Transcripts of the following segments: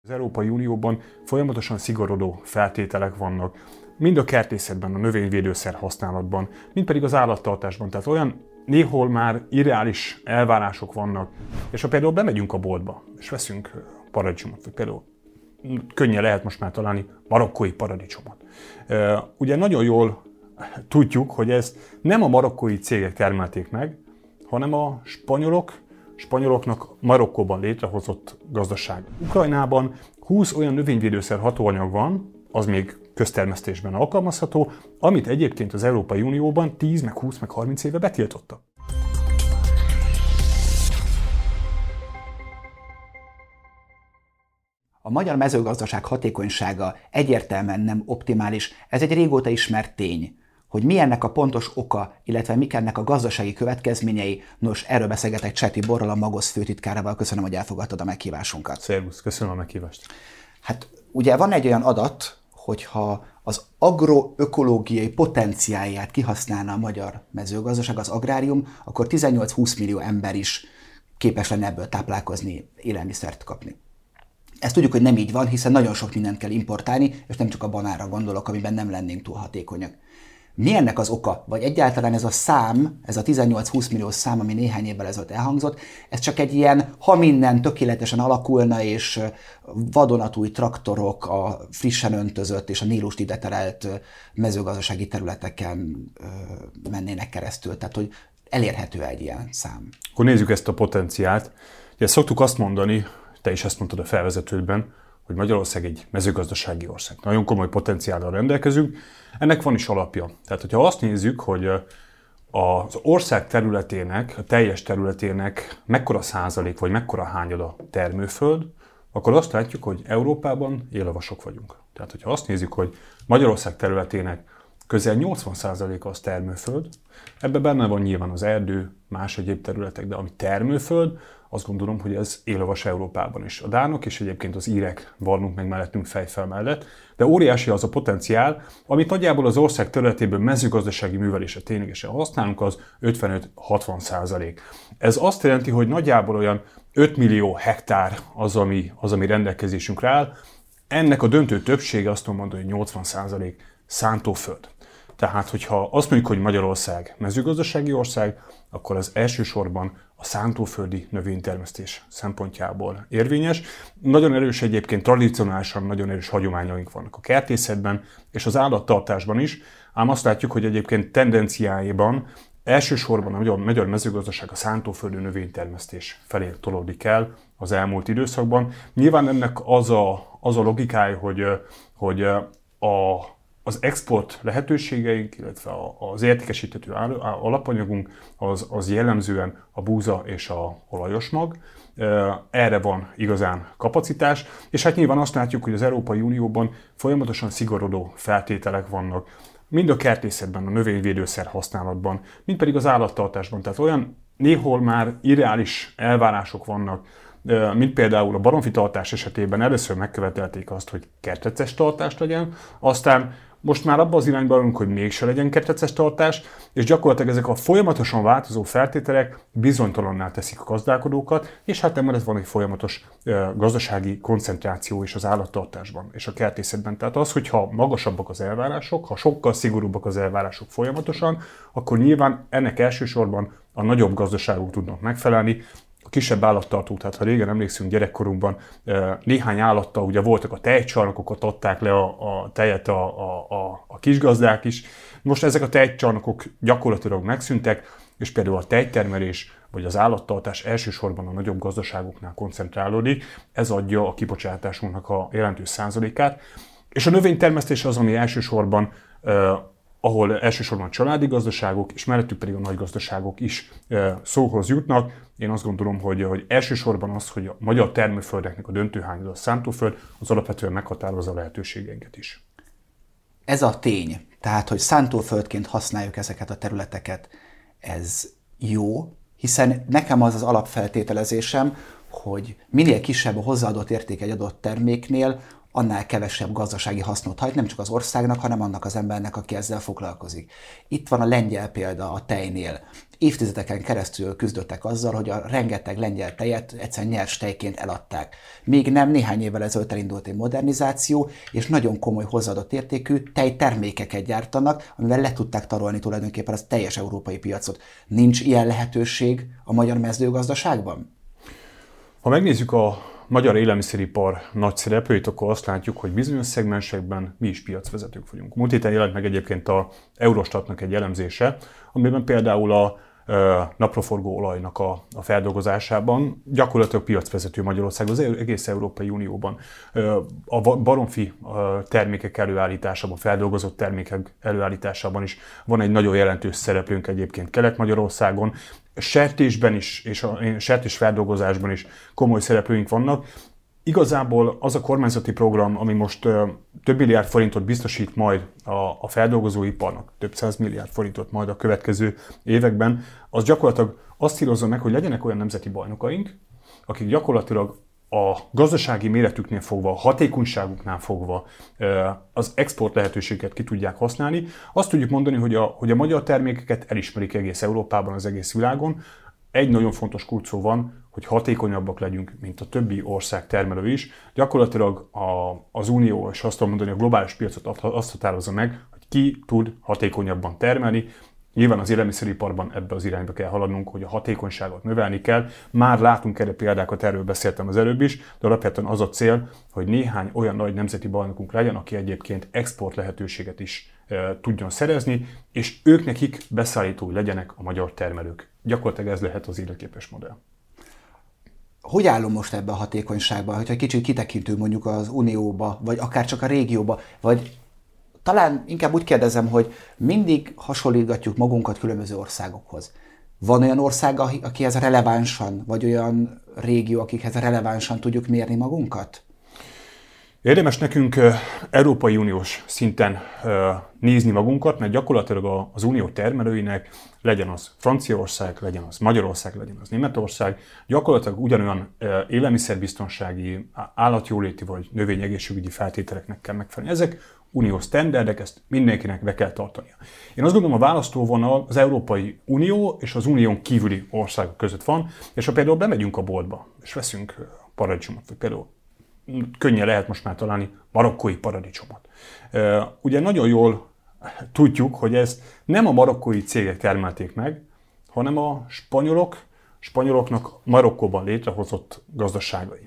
Az Európai Unióban folyamatosan szigorodó feltételek vannak, mind a kertészetben, a növényvédőszer használatban, mind pedig az állattartásban. Tehát olyan néhol már irreális elvárások vannak. És ha például bemegyünk a boltba, és veszünk paradicsomot, vagy például könnyen lehet most már találni marokkói paradicsomot. Ugye nagyon jól tudjuk, hogy ezt nem a marokkói cégek termelték meg, hanem a spanyoloknak Marokkóban létrehozott gazdaság. Ukrajnában 20 olyan növényvédőszer hatóanyag van, az még köztermesztésben alkalmazható, amit egyébként az Európai Unióban 10, meg 20, meg 30 éve betiltottak. A magyar mezőgazdaság hatékonysága egyértelműen nem optimális, ez egy régóta ismert tény. Hogy mi ennek a pontos oka, illetve mik ennek a gazdasági következményei, nos, erről beszélgetek Csetti Borral, a Magosz főtitkárával. Köszönöm, hogy elfogadtad a meghívásunkat. Szervusz, köszönöm a meghívást. Hát ugye van egy olyan adat, hogyha az agroökológiai potenciálját kihasználna a magyar mezőgazdaság, az agrárium, akkor 18-20 millió ember is képes lenne ebből táplálkozni, élelmiszert kapni. Ezt tudjuk, hogy nem így van, hiszen nagyon sok mindent kell importálni, és nem csak a banánra gondolok, amiben nem lennénk túl hatékonyak. Mi ennek az oka? Vagy egyáltalán ez a szám, ez a 18-20 millió szám, ami néhány évvel ezelőtt elhangzott, ez csak egy ilyen, ha minden tökéletesen alakulna, és vadonatúj traktorok a frissen öntözött és a Nílust ide terelt mezőgazdasági területeken mennének keresztül. Tehát, hogy elérhető egy ilyen szám. Akkor nézzük ezt a potenciált. Ugye szoktuk azt mondani, te is ezt mondtad a felvezetődben, hogy Magyarország egy mezőgazdasági ország. Nagyon komoly potenciállal rendelkezünk. Ennek van is alapja. Tehát, hogyha azt nézzük, hogy az ország területének, a teljes területének mekkora százalék, vagy mekkora hányada termőföld, akkor azt látjuk, hogy Európában élavasok vagyunk. Tehát, hogyha azt nézzük, hogy Magyarország területének közel 80%-a az termőföld, ebben benne van nyilván az erdő, más egyéb területek, de ami termőföld, azt gondolom, hogy ez élavas Európában is. A dánok és egyébként az írek vannak meg mellettünk fejfel mellett, de óriási az a potenciál, amit nagyjából az ország területéből mezőgazdasági művelésre ténylegesen használunk, az 55-60%. Ez azt jelenti, hogy nagyjából olyan 5 millió hektár az, ami rendelkezésünkre áll. Ennek a döntő többsége, azt tudom mondani, hogy 80% szántóföld. Tehát, hogyha azt mondjuk, hogy Magyarország mezőgazdasági ország, akkor az elsősorban a szántóföldi növénytermesztés szempontjából érvényes. Nagyon erős egyébként, tradicionálisan nagyon erős hagyományaink vannak a kertészetben és az állattartásban is, ám azt látjuk, hogy egyébként tendenciáiban elsősorban a magyar mezőgazdaság a szántóföldi növénytermesztés felé tolódik el az elmúlt időszakban. Nyilván ennek az a logikája, hogy az export lehetőségeink, illetve az értékesíthető alapanyagunk az jellemzően a búza és a olajos mag. Erre van igazán kapacitás, és hát nyilván azt látjuk, hogy az Európai Unióban folyamatosan szigorodó feltételek vannak, mind a kertészetben, a növényvédőszer használatban, mind pedig az állattartásban. Tehát olyan néhol már irreális elvárások vannak, mint például a baromfitartás esetében először megkövetelték azt, hogy kertreces tartást legyen, aztán most már abban az irányban vagyunk, hogy mégse legyen kertreces tartás, és gyakorlatilag ezek a folyamatosan változó feltételek bizonytalanná teszik a gazdálkodókat, és hát emellett van egy folyamatos gazdasági koncentráció is az állattartásban és a kertészetben. Tehát az, hogyha magasabbak az elvárások, ha sokkal szigorúbbak az elvárások folyamatosan, akkor nyilván ennek elsősorban a nagyobb gazdaságok tudnak megfelelni, a kisebb állattartók, tehát ha régen emlékszünk gyerekkorunkban, néhány állattal ugye voltak a tejcsarnokokat, adták le a tejet a kisgazdák is. Most ezek a tejcsarnokok gyakorlatilag megszűntek, és például a tejtermelés vagy az állattartás elsősorban a nagyobb gazdaságoknál koncentrálódik. Ez adja a kibocsátásunknak a jelentős százalékát. És a növénytermesztés az, ami elsősorban ahol elsősorban a családi gazdaságok, és mellettük pedig a nagy gazdaságok is szóhoz jutnak. Én azt gondolom, hogy elsősorban az, hogy a magyar termőföldeknek a döntő hányada a szántóföld, az alapvetően meghatározza a lehetőségeinket is. Ez a tény, tehát, hogy szántóföldként használjuk ezeket a területeket, ez jó, hiszen nekem az alapfeltételezésem, hogy minél kisebb a hozzáadott érték egy adott terméknél, annál kevesebb gazdasági hasznot hajt, nem csak az országnak, hanem annak az embernek, aki ezzel foglalkozik. Itt van a lengyel példa a tejnél. évtizedeken keresztül küzdöttek azzal, hogy a rengeteg lengyel tejet egyszerűen nyers tejként eladták. Még nem néhány évvel ezelőtt elindult egy modernizáció, és nagyon komoly hozzáadott értékű tejtermékeket gyártanak, amivel le tudták tarolni tulajdonképpen az teljes európai piacot. Nincs ilyen lehetőség a magyar mezőgazdaságban? Ha megnézzük a magyar élelmiszeripar nagy szereplőit, akkor azt látjuk, hogy bizonyos szegmensekben mi is piacvezetők vagyunk. Múlt héten jelent meg egyébként a Eurostatnak egy elemzése, amiben például a napraforgó olajnak a feldolgozásában gyakorlatilag piacvezető Magyarország az egész Európai Unióban. A baromfi termékek előállításában, feldolgozott termékek előállításában is van egy nagyon jelentős szereplőnk egyébként Kelet-Magyarországon. Sertésben is, és a sertésfeldolgozásban is komoly szereplőink vannak. Igazából az a kormányzati program, ami most több milliárd forintot biztosít majd a feldolgozóiparnak, több 100 milliárd forintot majd a következő években, az gyakorlatilag azt célozza meg, hogy legyenek olyan nemzeti bajnokaink, akik gyakorlatilag a gazdasági méretüknél fogva, a hatékonyságuknál fogva az export lehetőséget ki tudják használni. Azt tudjuk mondani, hogy a magyar termékeket elismerik egész Európában, az egész világon. Egy nagyon fontos kulcsszó van, hogy hatékonyabbak legyünk, mint a többi ország termelő is. Gyakorlatilag az Unió, és azt tudom mondani, a globális piacot azt határozza meg, hogy ki tud hatékonyabban termelni. Nyilván az élelmiszeriparban ebbe az irányba kell haladnunk, hogy a hatékonyságot növelni kell. Már látunk erre példákat, erről beszéltem az előbb is, de alapvetően az a cél, hogy néhány olyan nagy nemzeti bajnokunk legyen, aki egyébként export lehetőséget is tudjon szerezni, és ők nekik beszállítói legyenek a magyar termelők. Gyakorlatilag ez lehet az életképes modell. Hogy állunk most ebbe a hatékonyságban, hogyha kicsit kitekintünk mondjuk az Unióba, vagy akár csak a régióba, vagy talán inkább úgy kérdezem, hogy mindig hasonlítgatjuk magunkat különböző országokhoz. Van olyan ország, akihez relevánsan, vagy olyan régió, akikhez relevánsan tudjuk mérni magunkat? Érdemes nekünk Európai Uniós szinten nézni magunkat, mert gyakorlatilag az unió termelőinek, legyen az Franciaország, legyen az Magyarország, legyen az Németország, gyakorlatilag ugyanolyan élelmiszerbiztonsági, állatjóléti vagy növényegészségügyi feltételeknek kell megfelelni. Ezek uniós sztenderdek, ezt mindenkinek be kell tartania. Én azt gondolom, a választóvonal az Európai Unió és az unión kívüli országok között van, és ha például bemegyünk a boltba, és veszünk paradicsomot, vagy például könnyen lehet most már találni marokkói paradicsomot. Ugye nagyon jól tudjuk, hogy ezt nem a marokkói cégek termelték meg, hanem a spanyoloknak Marokkóban létrehozott gazdaságai.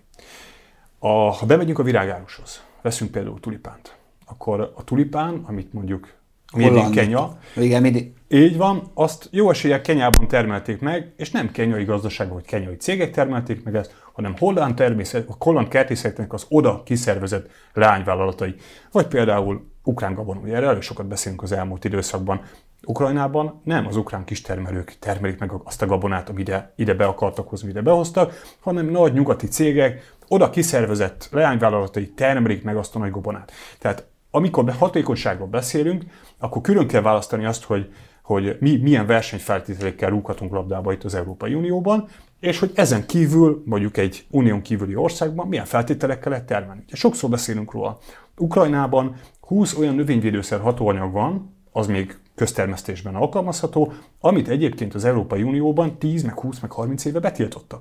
Ha bemegyünk a virágárushoz, veszünk például tulipánt, akkor a tulipán, amit mondjuk Made in Kenya, így van, azt jó eséllyel Kenyában termelték meg, és nem kenyai gazdaságban vagy kenyai cégek termelték meg ezt, hanem holland kertészetnek az oda kiszervezett leányvállalatai. Vagy például ukrán gabona, ugye erről sokat beszélünk az elmúlt időszakban. Ukrajnában nem az ukrán kistermelők termelik meg azt a gabonát, amit ide be akartak hozni, ide behoztak, hanem nagy nyugati cégek, oda kiszervezett leányvállalatai termelik meg azt a nagy gabonát. Tehát amikor hatékonyságról beszélünk, akkor külön kell választani azt, hogy mi milyen versenyfeltételekkel rúghatunk labdába itt az Európai Unióban, és hogy ezen kívül, mondjuk egy unión kívüli országban milyen feltételekkel lehet termelni. Ugye sokszor beszélünk róla. Ukrajnában 20 olyan növényvédőszer hatóanyag van, az még köztermesztésben alkalmazható, amit egyébként az Európai Unióban 10, meg 20, meg 30 éve betiltottak.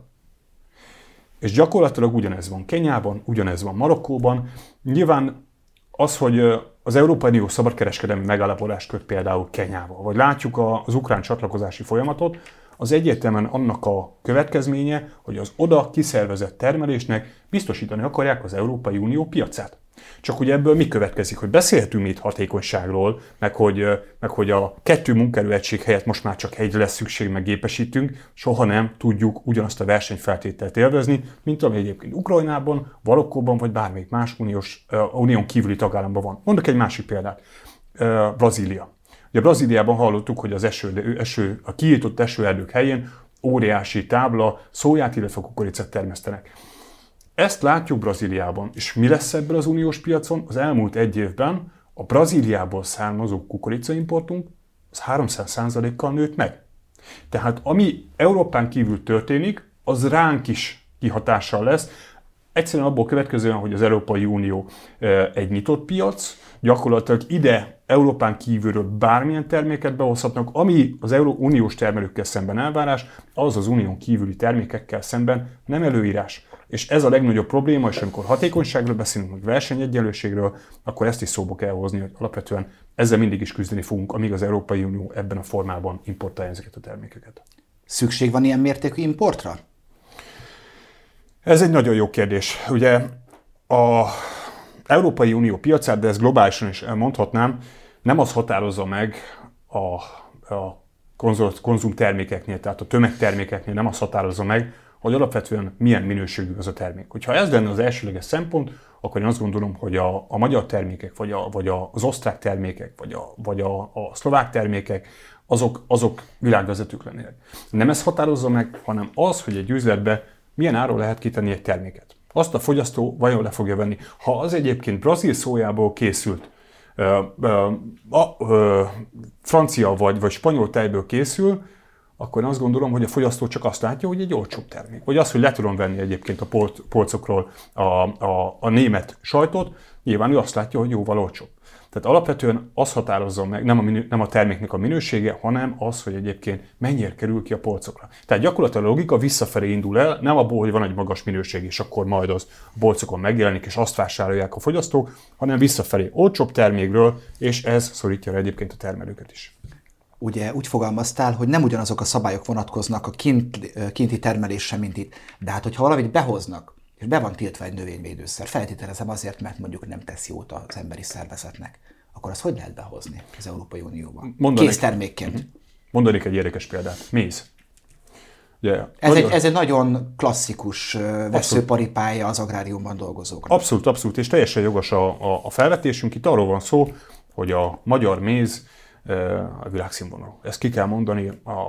És gyakorlatilag ugyanez van Kenyában, ugyanez van Marokkóban. Nyilván az, hogy az Európai Unió szabadkereskedelmi megállapodást köt például Kenyával, vagy látjuk az ukrán csatlakozási folyamatot, az egyértelműen annak a következménye, hogy az oda kiszervezett termelésnek biztosítani akarják az Európai Unió piacát. Csak ugye ebből mi következik, hogy beszélhetünk itt hatékonyságról, meg hogy a 2 munkaerőegység helyett most már csak egy lesz szükség, meg gépesítünk, soha nem tudjuk ugyanazt a versenyfeltételt élvezni, mint ami egyébként Ukrajnában, Marokkóban vagy bármelyik más unión kívüli tagállamban van. Mondok egy másik példát. Brazília. Ugye Brazíliában hallottuk, hogy a kiírtott esőerdők helyén óriási tábla szóját, illetve kukoricát termesztenek. Ezt látjuk Brazíliában. És mi lesz ebből az uniós piacon? Az elmúlt 1 évben a Brazíliából származó kukoricaimportunk az 300%-kal nőtt meg. Tehát ami Európán kívül történik, az ránk is kihatással lesz. Egyszerűen abból következően, hogy az Európai Unió egy nyitott piac, gyakorlatilag ide Európán kívülről bármilyen terméket behozhatnak, ami az uniós termelőkkel szemben elvárás, az az unión kívüli termékekkel szemben nem előírás. És ez a legnagyobb probléma, és amikor hatékonyságról beszélünk, vagy versenyegyenlőségről, akkor ezt is szóba kell hozni, hogy alapvetően ezzel mindig is küzdeni fogunk, amíg az Európai Unió ebben a formában importálja ezeket a termékeket. Szükség van ilyen mértékű importra? Ez egy nagyon jó kérdés. Ugye az Európai Unió piacát, de ezt globálisan is mondhatnám, nem az határozza meg a konzumtermékeknél, tehát a tömegtermékeknél nem az határozza meg, hogy alapvetően milyen minőségű az a termék. Hogyha ez lenne az elsőleges szempont, akkor én azt gondolom, hogy a magyar termékek, vagy az osztrák termékek, vagy a szlovák termékek, azok világvezetők lennének. Nem ez határozza meg, hanem az, hogy egy üzletbe milyen áron lehet kitenni egy terméket. Azt a fogyasztó vajon le fogja venni. Ha az egyébként brazil szójából készült, francia vagy spanyol tejből készül, akkor én azt gondolom, hogy a fogyasztó csak azt látja, hogy egy olcsóbb termék. Vagy az, hogy le tudom venni egyébként a polcokról a német sajtot, nyilván ő azt látja, hogy jóval olcsóbb. Tehát alapvetően az határozza meg, nem a terméknek a minősége, hanem az, hogy egyébként mennyire kerül ki a polcokra. Tehát gyakorlatilag a logika visszafelé indul el, nem abból, hogy van egy magas minőség, és akkor majd az a polcokon megjelenik, és azt vásárolják a fogyasztók, hanem visszafelé olcsóbb termékről, és ez szorítja le egyébként a termelőket is. Ugye úgy fogalmaztál, hogy nem ugyanazok a szabályok vonatkoznak a kinti termelésre, mint itt. De hát, hogyha valamit behoznak, és be van tiltva egy növényvédőszer, feltételezem azért, mert mondjuk nem tesz jót az emberi szervezetnek, akkor azt hogy lehet behozni az Európai Unióban? Késztermékként. Mondanék egy érdekes példát. Méz. Ugye, ez egy nagyon klasszikus veszőparipája az agráriumban dolgozóknak. Abszolút, és teljesen jogos a felvetésünk. Itt arról van szó, hogy a magyar méz a világszínvonalú. Ezt ki kell mondani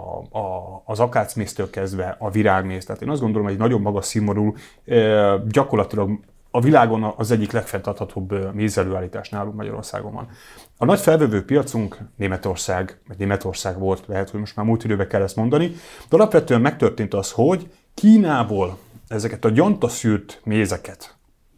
az akácméztől kezdve a virágméz. Tehát én azt gondolom, hogy egy nagyon magas színvonalú, gyakorlatilag a világon az egyik legfenntarthatóbb mézelőállítás nálunk Magyarországon van. A nagy felvevő piacunk Németország volt, lehet, hogy most már múlt időben kell ezt mondani, de alapvetően megtörtént az, hogy Kínából ezeket a gyantaszűrt mézeket,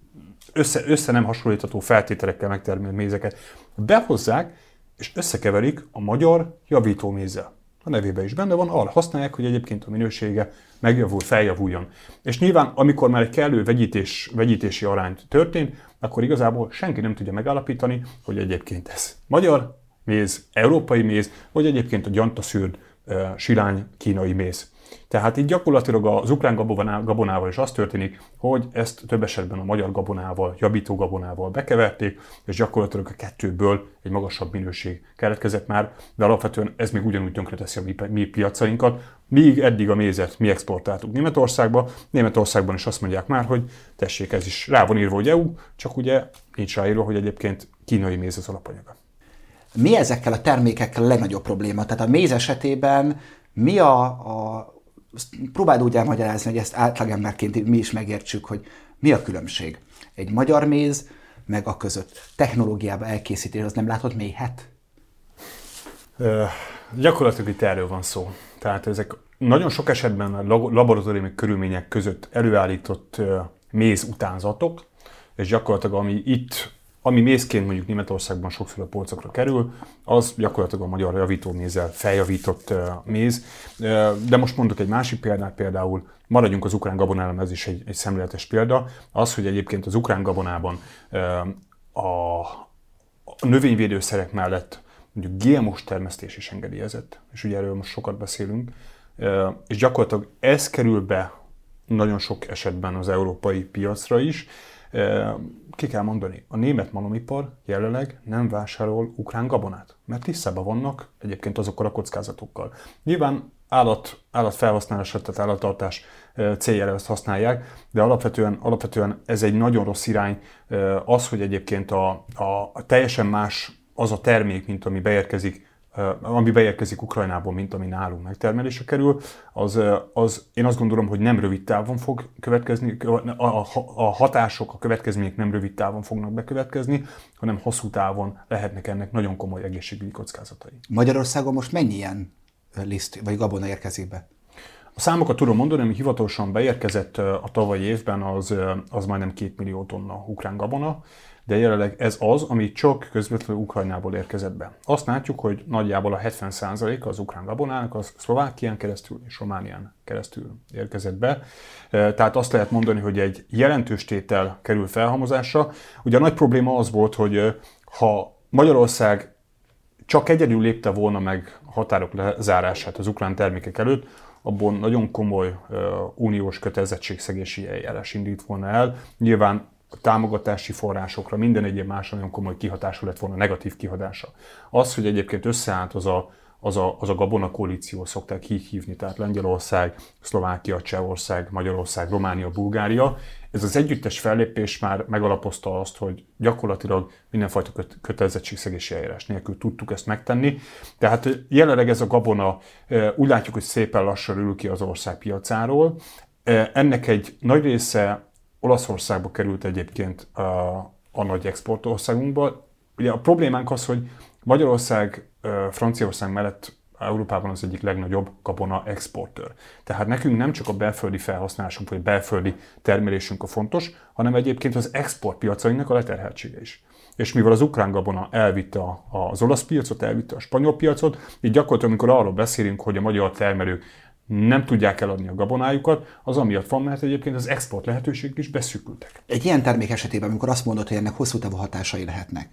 össze nem hasonlítható feltételekkel megtermelt mézeket behozzák, és összekeverik a magyar javítómézzel. A nevében is benne van, arra használják, hogy egyébként a minősége megjavul, feljavuljon. És nyilván, amikor már egy kellő vegyítési arány történt, akkor igazából senki nem tudja megállapítani, hogy egyébként ez magyar méz, európai méz, vagy egyébként a gyantaszűrd sirány kínai méz. Tehát itt gyakorlatilag az ukrán gabonával is az történik, hogy ezt több esetben a magyar gabonával, javító gabonával bekeverték, és gyakorlatilag a kettőből egy magasabb minőség keletkezett már, de alapvetően ez még ugyanúgy tönkreteszi a mi piacainkat, míg eddig a mézet mi exportáltuk Németországba. Németországban is azt mondják már, hogy tessék, ez is rá van írva, hogy EU, csak ugye nincs ráírva, hogy egyébként kínai méz az alapanyaga. Mi ezekkel a termékekkel a legnagyobb probléma? Tehát a méz esetében mi próbáld úgy elmagyarázni, hogy ezt átlagemberként mi is megértsük, hogy mi a különbség. Egy magyar méz, meg a között technológiába elkészítés, az nem látod mélyhet? Gyakorlatilag itt erről van szó. Tehát ezek nagyon sok esetben a laboratóriumi körülmények között előállított méz utánzatok, és gyakorlatilag ami mézként mondjuk Németországban sokszor a polcokra kerül, az gyakorlatilag a magyar javítómézzel feljavított méz. De most mondok egy másik példát, például maradjunk az ukrán gabonánál, ez is egy szemléletes példa. Az, hogy egyébként az ukrán gabonában a növényvédőszerek mellett mondjuk GMO-s termesztés is engedélyezett, és ugye erről most sokat beszélünk, és gyakorlatilag ez kerül be nagyon sok esetben az európai piacra is. Ki kell mondani, a német malomipar jelenleg nem vásárol ukrán gabonát, mert tisztában vannak egyébként azokkal a kockázatokkal. Nyilván állatfelhasználásra, tehát állattartás céljára ezt használják, de alapvetően ez egy nagyon rossz irány. Az, hogy egyébként a teljesen más az a termék, mint ami beérkezik Ukrajnából, mint ami nálunk megtermelésre kerül, az én azt gondolom, hogy nem rövid távon fog következni, a hatások, a következmények nem rövid távon fognak bekövetkezni, hanem hosszú távon lehetnek ennek nagyon komoly egészségügyi kockázatai. Magyarországon most mennyi ilyen liszt vagy gabona érkezik be? A számokat tudom mondani, ami hivatalosan beérkezett a tavalyi évben, az majdnem 2 millió tonna ukrán gabona, de jelenleg ez az, ami csak közvetlenül Ukrajnából érkezett be. Azt látjuk, hogy nagyjából a 70% az ukrán gabonának az Szlovákián keresztül és Románián keresztül érkezett be. Tehát azt lehet mondani, hogy egy jelentős tétel kerül felhalmozásra. Ugye a nagy probléma az volt, hogy ha Magyarország csak egyedül lépte volna meg határok lezárását az ukrán termékek előtt, abból nagyon komoly uniós kötelezettségszegési eljárás indít volna el. Nyilván a támogatási forrásokra, minden egyéb másra nagyon komoly kihatású lett volna, negatív kihatása. Az, hogy egyébként összeállt az a gabona koalíció, szokták így hívni, tehát Lengyelország, Szlovákia, Csehország, Magyarország, Románia, Bulgária, ez az együttes fellépés már megalapozta azt, hogy gyakorlatilag mindenfajta kötelezettségszegési eljárás nélkül tudtuk ezt megtenni. Tehát jelenleg ez a gabona úgy látjuk, hogy szépen lassan ül ki az ország piacáról. Ennek egy nagy része Olaszországba került egyébként a nagy exportországunkba. Ugye a problémánk az, hogy Magyarország, Franciaország mellett Európában az egyik legnagyobb gabona exportőr. Tehát nekünk nem csak a belföldi felhasználásunk vagy belföldi termelésünk a fontos, hanem egyébként az exportpiacainknak a leterheltsége is. És mivel az ukrán gabona elvitte az olasz piacot, elvitte a spanyol piacot, így gyakorlatilag amikor arról beszélünk, hogy a magyar termelők nem tudják eladni a gabonájukat, az amiatt van, mert egyébként az export lehetőségek is beszűkültek. Egy ilyen termék esetében, amikor azt mondod, hogy ennek hosszú távú hatásai lehetnek,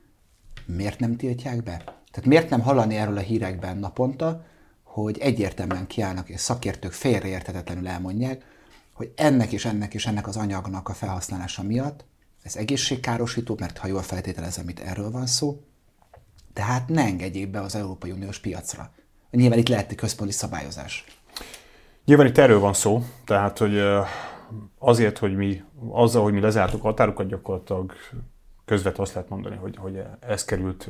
miért nem tiltják be? Tehát miért nem hallani erről a hírekben naponta, hogy egyértelműen kiállnak és szakértők félreérthetetlenül elmondják, hogy ennek és ennek az anyagnak a felhasználása miatt ez egészségkárosító, mert ha jól feltételezem, itt erről van szó, tehát ne engedjék be az Európai Uniós piacra. Nyilván itt lehet egy központi szabályozás. Nyilván itt erről van szó, tehát hogy azért, hogy mi lezártuk a határokat, gyakorlatilag közvetlenül azt lehet mondani, hogy ez került,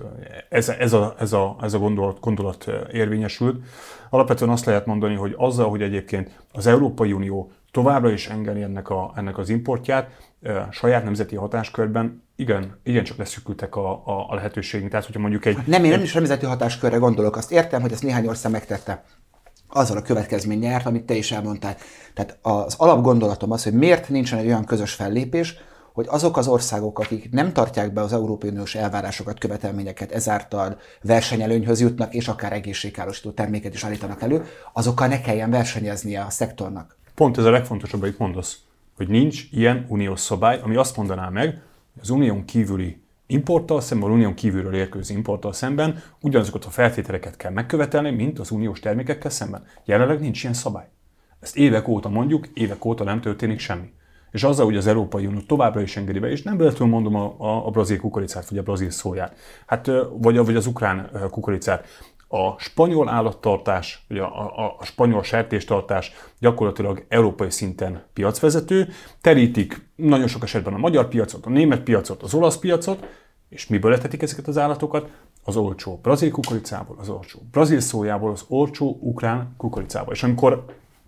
ez a gondolat érvényesült. Alapvetően azt lehet mondani, hogy azzal, hogy egyébként az Európai Unió továbbra is engedi ennek az importját, saját nemzeti hatáskörben igencsak leszűkültek a lehetőségünk. Tehát, hogyha mondjuk én nem is nemzeti hatáskörre gondolok, azt értem, hogy ezt néhány ország megtette. Azzal a következménnyel járt, amit te is elmondtál. Tehát az alapgondolatom az, hogy miért nincsen egy olyan közös fellépés, hogy azok az országok, akik nem tartják be az Európai Uniós elvárásokat, követelményeket, ezáltal versenyelőnyhöz jutnak, és akár egészségkárosító terméket is állítanak elő, azokkal ne kelljen versenyeznie a szektornak. Pont ez a legfontosabb, amit mondasz, hogy nincs ilyen uniós szabály, ami azt mondaná meg, hogy az unión kívüli importtal szemben, az unión kívülről érkező importtal szemben ugyanazokat a feltételeket kell megkövetelni, mint az uniós termékekkel szemben. Jelenleg nincs ilyen szabály. Ezt évek óta mondjuk, évek óta nem történik semmi. És azzal, hogy az Európai Unió továbbra is engedi be, és nem véletlenül mondom a brazil kukoricát, vagy a brazil szóját, vagy az ukrán kukoricát, a spanyol állattartás, vagy a spanyol sertéstartás gyakorlatilag európai szinten piacvezető, terítik nagyon sok esetben a magyar piacot, a német piacot, az olasz piacot, és miből etetik ezeket az állatokat? Az olcsó brazil kukoricából, az olcsó brazil szójából, az olcsó ukrán kukoricából. És amikor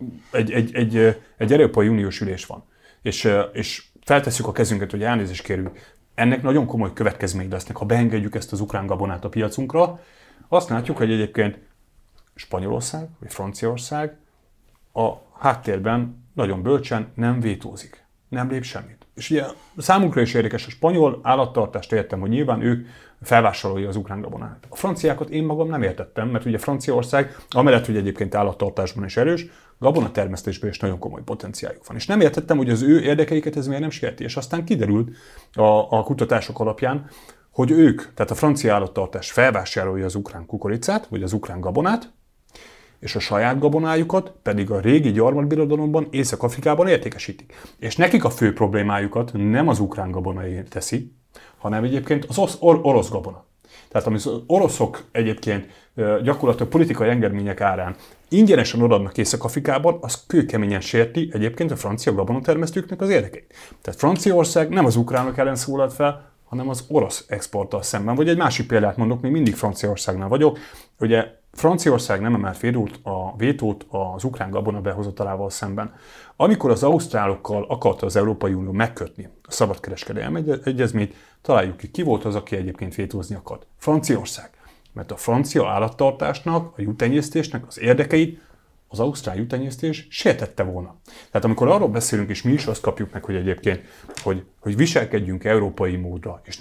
egy Európai Uniós ülés van, és feltesszük a kezünket, hogy elnézést kérünk, ennek nagyon komoly következményei lesznek, ha beengedjük ezt az ukrán gabonát a piacunkra, azt látjuk, hogy egyébként Spanyolország vagy Franciaország a háttérben nagyon bölcsen nem vétózik, nem lép semmit. És ugye számunkra is érdekes, a spanyol állattartást értem, hogy nyilván ők felvásárolja az ukrán gabonát. A franciákat én magam nem értettem, mert ugye Franciaország, amellett, hogy egyébként állattartásban is erős, gabonatermesztésben is nagyon komoly potenciáljuk van. És nem értettem, hogy az ő érdekeiket ez miért nem sérti. És aztán kiderült a kutatások alapján, hogy ők, tehát a francia állattartás felvásárolja az ukrán kukoricát, vagy az ukrán gabonát, és a saját gabonájukat pedig a régi gyarmatbirodalomban, Észak-Afrikában értékesítik. És nekik a fő problémájukat nem az ukrán gabona teszi, hanem egyébként az orosz gabona. Tehát amit az oroszok egyébként gyakorlatilag politikai engedmények árán ingyenesen odaadnak Észak-Afrikában, az kőkeményen sérti egyébként a francia gabonatermesztőknek az érdekeit. Tehát Franciaország nem az ukránok ellen szólalt fel, hanem az orosz exporttal szemben. Vagy egy másik példát mondok, még mindig Franciaországnál vagyok. Ugye Franciaország nem emelt vétót az ukrán gabona behozatalával szemben. Amikor az ausztrálokkal akarta az Európai Unió megkötni a szabadkereskedelmi egyezményt, találjuk ki volt az, aki egyébként vétózni akart. Franciaország. Mert a francia állattartásnak, a juhtenyésztésnek az érdekeit az ausztrál juhtenyésztés sértette volna. Tehát amikor arról beszélünk, és mi is azt kapjuk meg, hogy egyébként, hogy viselkedjünk európai módra, és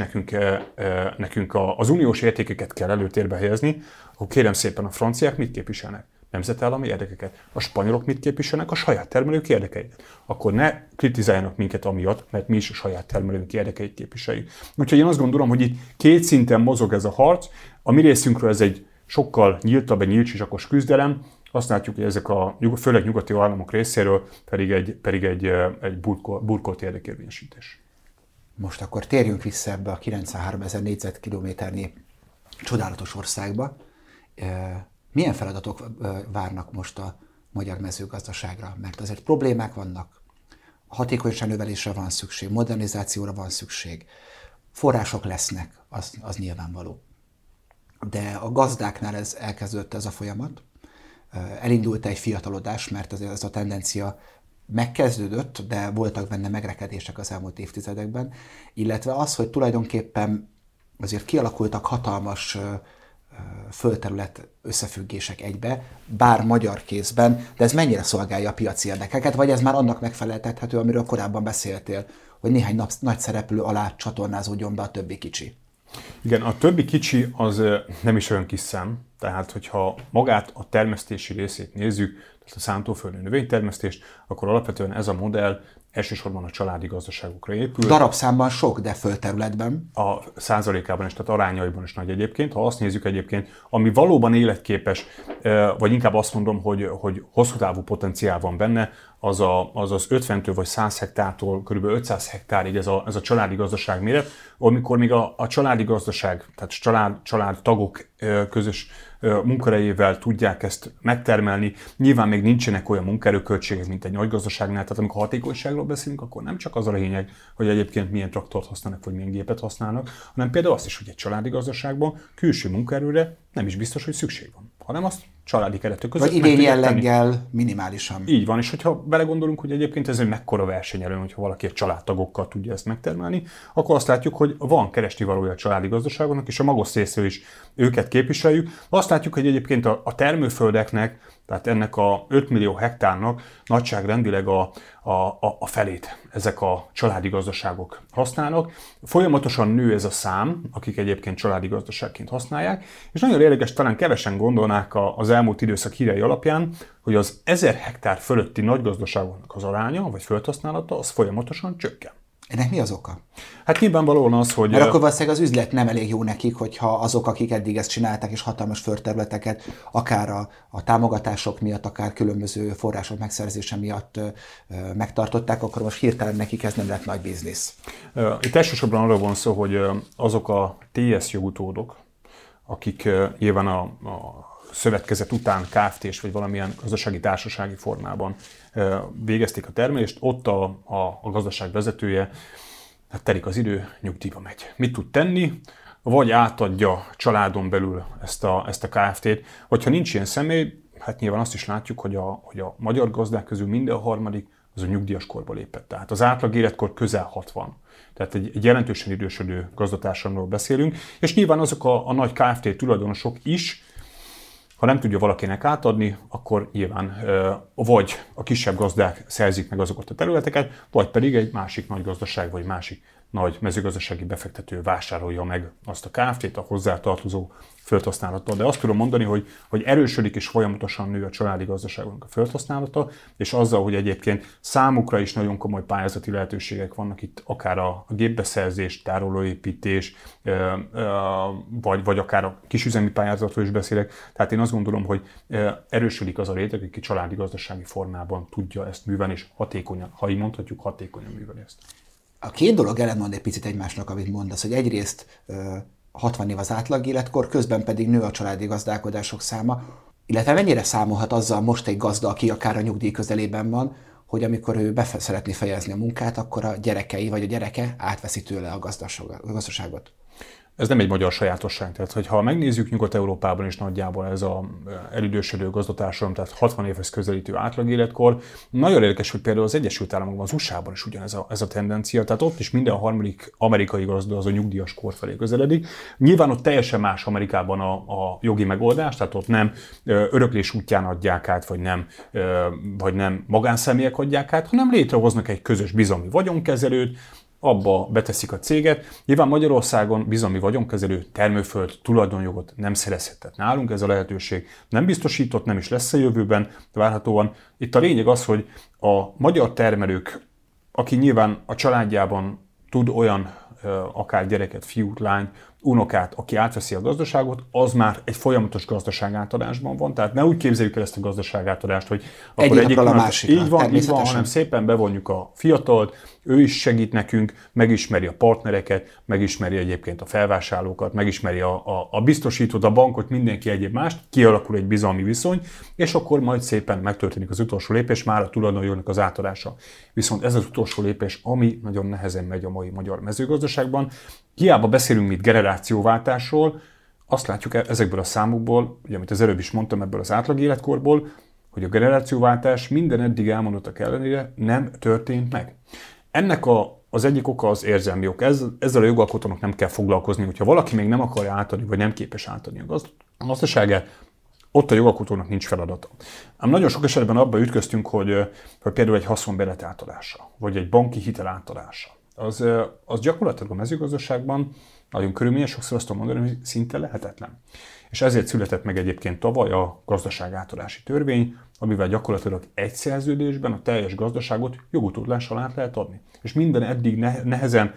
nekünk az uniós értékeket kell előtérbe helyezni, akkor kérem szépen, a franciák mit képviselnek? Nemzetállami érdekeket. A spanyolok mit képviselnek? A saját termelők érdekeit. Akkor ne kritizáljanak minket amiatt, mert mi is a saját termelők érdekeit képviseljük. Úgyhogy én azt gondolom, hogy itt két szinten mozog ez a harc. A mi részünkről ez egy sokkal nyíltabb, egy nyíltsisakos küzdelem. Azt látjuk, hogy ezek a főleg nyugati államok részéről pedig egy burkolt érdekérvényesítés. Most akkor térjünk vissza ebbe a 93 000 négyzetkilométernyi csodálatos országba. Milyen feladatok várnak most a magyar mezőgazdaságra? Mert azért problémák vannak, hatékonyság növelésre van szükség, modernizációra van szükség, források lesznek, az nyilvánvaló. De a gazdáknál elkezdődött ez a folyamat, elindult egy fiatalodás, mert ez a tendencia megkezdődött, de voltak benne megrekedések az elmúlt évtizedekben, illetve az, hogy tulajdonképpen azért kialakultak hatalmas földterület összefüggések egybe, bár magyar kézben, de ez mennyire szolgálja a piaci érdekeket, vagy ez már annak megfeleltethető, amiről korábban beszéltél, hogy néhány nagy szereplő alá csatornázódjon be a többi kicsi? Igen, a többi kicsi az nem is olyan kis szám, tehát hogyha magát a termesztési részét nézzük, tehát a szántóföldi növénytermesztést, akkor alapvetően ez a modell elsősorban a családi gazdaságokra épül. Darabszámban sok, de földterületben? A százalékában is, tehát arányaiban is nagy egyébként. Ha azt nézzük egyébként, ami valóban életképes, vagy inkább azt mondom, hogy hosszú távú potenciál van benne, az az 50-től vagy 100 hektártól kb. 500 hektárig ez a családi gazdaság méret, amikor még a családi gazdaság, tehát családtagok közös munkaerejével tudják ezt megtermelni. Nyilván még nincsenek olyan munkaerőköltségek, mint egy nagy gazdaságnál, tehát amikor hatékonyságról beszélünk, akkor nem csak az a lényeg, hogy egyébként milyen traktort használnak, vagy milyen gépet használnak, hanem például azt is, hogy egy családi gazdaságban külső munkaerőre nem is biztos, hogy szükség van, hanem azt családi keretek között. Vagy idén jelleggel minimálisan. Így van, és hogyha belegondolunk, hogy egyébként ez egy mekkora versenyelőny, hogyha valaki egy családtagokkal tudja ezt megtermelni, akkor azt látjuk, hogy van keresnivalója a családi gazdaságoknak, és a magos részről is őket képviseljük. Azt látjuk, hogy egyébként a termőföldeknek, tehát ennek a 5 millió hektárnak nagyságrendileg a felét ezek a családi gazdaságok használnak. Folyamatosan nő ez a szám, akik egyébként családi gazdaságként használják, és nagyon érdekes, talán kevesen gondolnák az elmúlt időszak hírei alapján, hogy az 1000 hektár fölötti nagy gazdaságoknak az aránya, vagy földhasználata, az folyamatosan csökken. Ennek mi az oka? Hát nyilvánvalóan az, hogy... Mert akkor valószínűleg az üzlet nem elég jó nekik, hogyha azok, akik eddig ezt csinálták, és hatalmas földterületeket, akár a támogatások miatt, akár különböző források megszerzése miatt megtartották, akkor most hirtelen nekik ez nem lett nagy biznisz. Itt elsősorban arról van szó, hogy azok a TS jogutódok, akik nyilván a szövetkezet után Kft-s vagy valamilyen gazdasági társasági formában végezték a termelést, ott a gazdaság vezetője, hát telik az idő, nyugdíjba megy. Mit tud tenni? Vagy átadja családon belül ezt a Kft-t, vagy ha nincs ilyen személy, hát nyilván azt is látjuk, hogy a magyar gazdák közül minden harmadik az a nyugdíjas korba lépett. Tehát az átlag életkor közel 60. Tehát egy jelentősen idősödő gazdatársamról beszélünk, és nyilván azok a nagy Kft tulajdonosok is, ha nem tudja valakinek átadni, akkor nyilván vagy a kisebb gazdák szerzik meg azokat a területeket, vagy pedig egy másik nagy gazdaság, vagy másik nagy mezőgazdasági befektető vásárolja meg azt a Kft-t, a hozzátartozó földhasználattal. De azt tudom mondani, hogy erősödik és folyamatosan nő a családi gazdaságnak a földhasználata, és azzal, hogy egyébként számukra is nagyon komoly pályázati lehetőségek vannak itt, akár a gépbeszerzés, tárolóépítés, vagy akár a kisüzemi pályázatról is beszélek. Tehát én azt gondolom, hogy erősödik az a réteg, aki családi gazdasági formában tudja ezt művelni, és hatékonyan, ha így mondhatjuk, hatékonyan műveli ezt. A két dolog ellentmond egy picit egymásnak, amit mondasz, hogy egyrészt 60 év az átlag életkor, közben pedig nő a családi gazdálkodások száma, illetve mennyire számolhat azzal most egy gazda, aki akár a nyugdíj közelében van, hogy amikor ő szeretné fejezni a munkát, akkor a gyerekei vagy a gyereke átveszi tőle a gazdaságot. Ez nem egy magyar sajátosság. Tehát, hogyha megnézzük Nyugat-Európában is nagyjából ez az elidősödő gazdatársadalom, tehát 60 évhez közelítő átlag életkor, nagyon érdekes, hogy például az Egyesült Államokban, az USA-ban is ugyanez ez a tendencia, tehát ott is minden harmadik amerikai gazda az a nyugdíjas kor felé közeledik. Nyilván ott teljesen más Amerikában a jogi megoldás, tehát ott nem öröklés útján adják át, vagy nem magánszemélyek adják át, hanem létrehoznak egy közös bizalmi vagyonkezelőt, abba beteszik a céget. Nyilván Magyarországon bizalmi vagyonkezelő termőföld tulajdonjogot nem szerezhetett nálunk, ez a lehetőség nem biztosított, nem is lesz a jövőben, várhatóan. Itt a lényeg az, hogy a magyar termelők, aki nyilván a családjában tud olyan akár gyereket, fiút, lányt, unokát, aki átveszi a gazdaságot, az már egy folyamatos gazdaságátadásban van. Tehát ne úgy képzeljük el ezt a gazdaságátadást, hogy akkor egyik a másikra. Így van, hanem szépen bevonjuk a fiatalt, ő is segít nekünk, megismeri a partnereket, megismeri egyébként a felvásárlókat, megismeri a biztosítót, a bankot, mindenki egyéb mást, kialakul egy bizalmi viszony, és akkor majd szépen megtörténik az utolsó lépés, már a tulajdonjognak az átadása. Viszont ez az utolsó lépés, ami nagyon nehezen megy a mai magyar mezőgazdaságban. Hiába beszélünk mit generációváltásról, azt látjuk ezekből a számokból, ugye, amit az előbb is mondtam, ebből az átlag életkorból, hogy a generációváltás minden eddig elmondottak ellenére nem történt meg. Ennek az egyik oka az érzelmi ok. Ezzel a jogalkotónak nem kell foglalkozni, hogyha valaki még nem akarja átadni, vagy nem képes átadni a gazdaságát, ott a jogalkotónak nincs feladata. Ám nagyon sok esetben abba ütköztünk, hogy például egy haszonbérlet átadása, vagy egy banki hitel átadása. Az gyakorlatilag a mezőgazdaságban nagyon körülményes, sokszor azt tudom mondani, hogy szinte lehetetlen. És ezért született meg egyébként tavaly a gazdaságátadási törvény, amivel gyakorlatilag egy szerződésben a teljes gazdaságot jogutódlással át lehet adni. És minden eddig nehezen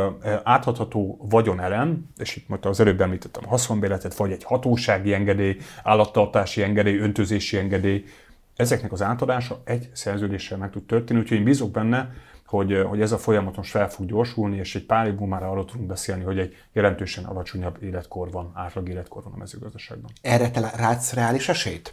átadható vagyonelem, és itt most az előbb említettem a haszonbérletet, vagy egy hatósági engedély, állattartási engedély, öntözési engedély, ezeknek az átadása egy szerződéssel meg tud történni, úgyhogy én bízok benne, hogy ez a folyamat most fel fog gyorsulni, és egy pár év múlva arról tudunk beszélni, hogy egy jelentősen alacsonyabb életkor van, átlag életkor van a mezőgazdaságban. Erre te látsz reális esélyt?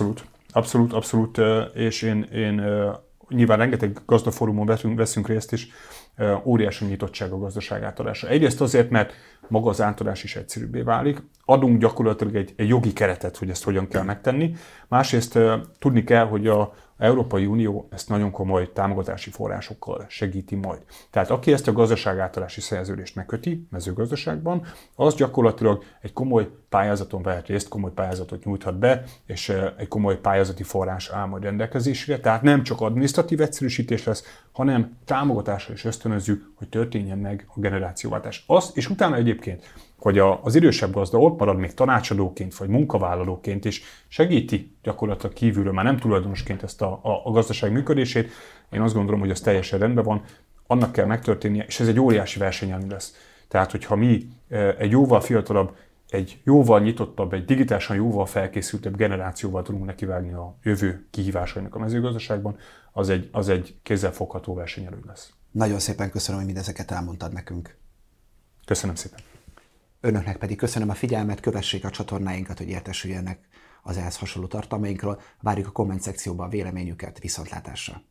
Abszolút, és én nyilván rengeteg gazdafórumon veszünk részt is, óriási nyitottság a gazdaság átadása. Egyrészt azért, mert maga az átadás is egyszerűbbé válik, adunk gyakorlatilag egy jogi keretet, hogy ezt hogyan kell megtenni. Másrészt tudni kell, hogy az Európai Unió ezt nagyon komoly támogatási forrásokkal segíti majd. Tehát aki ezt a gazdaságátadási szerződést megköti mezőgazdaságban, az gyakorlatilag egy komoly pályázaton vehet részt, komoly pályázatot nyújthat be, és egy komoly pályázati forrás áll majd rendelkezésre. Tehát nem csak adminisztratív egyszerűsítés lesz, hanem támogatásra is ösztönözzük, hogy történjen meg a generációváltás. És utána egyébként, hogy az idősebb gazda ott marad még tanácsadóként, vagy munkavállalóként is segíti gyakorlatilag kívülről, már nem tulajdonosként ezt a gazdaság működését. Én azt gondolom, hogy az teljesen rendben van, annak kell megtörténnie, és ez egy óriási versenyelmi lesz. Tehát, hogyha mi egy jóval fiatalabb, egy jóval nyitottabb, egy digitálisan jóval felkészültebb generációval tudunk nekivágni a jövő kihívásainak a mezőgazdaságban, az egy kézzelfogható versenyelő lesz. Nagyon szépen köszönöm, hogy mindezeket elmondtad nekünk. Köszönöm szépen. Önöknek pedig köszönöm a figyelmet, kövessék a csatornáinkat, hogy értesüljenek az ehhez hasonló tartalmainkról. Várjuk a komment szekcióban a véleményüket, viszontlátásra!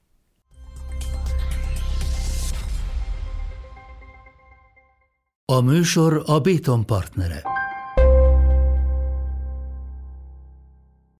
A műsor a Béton partnere.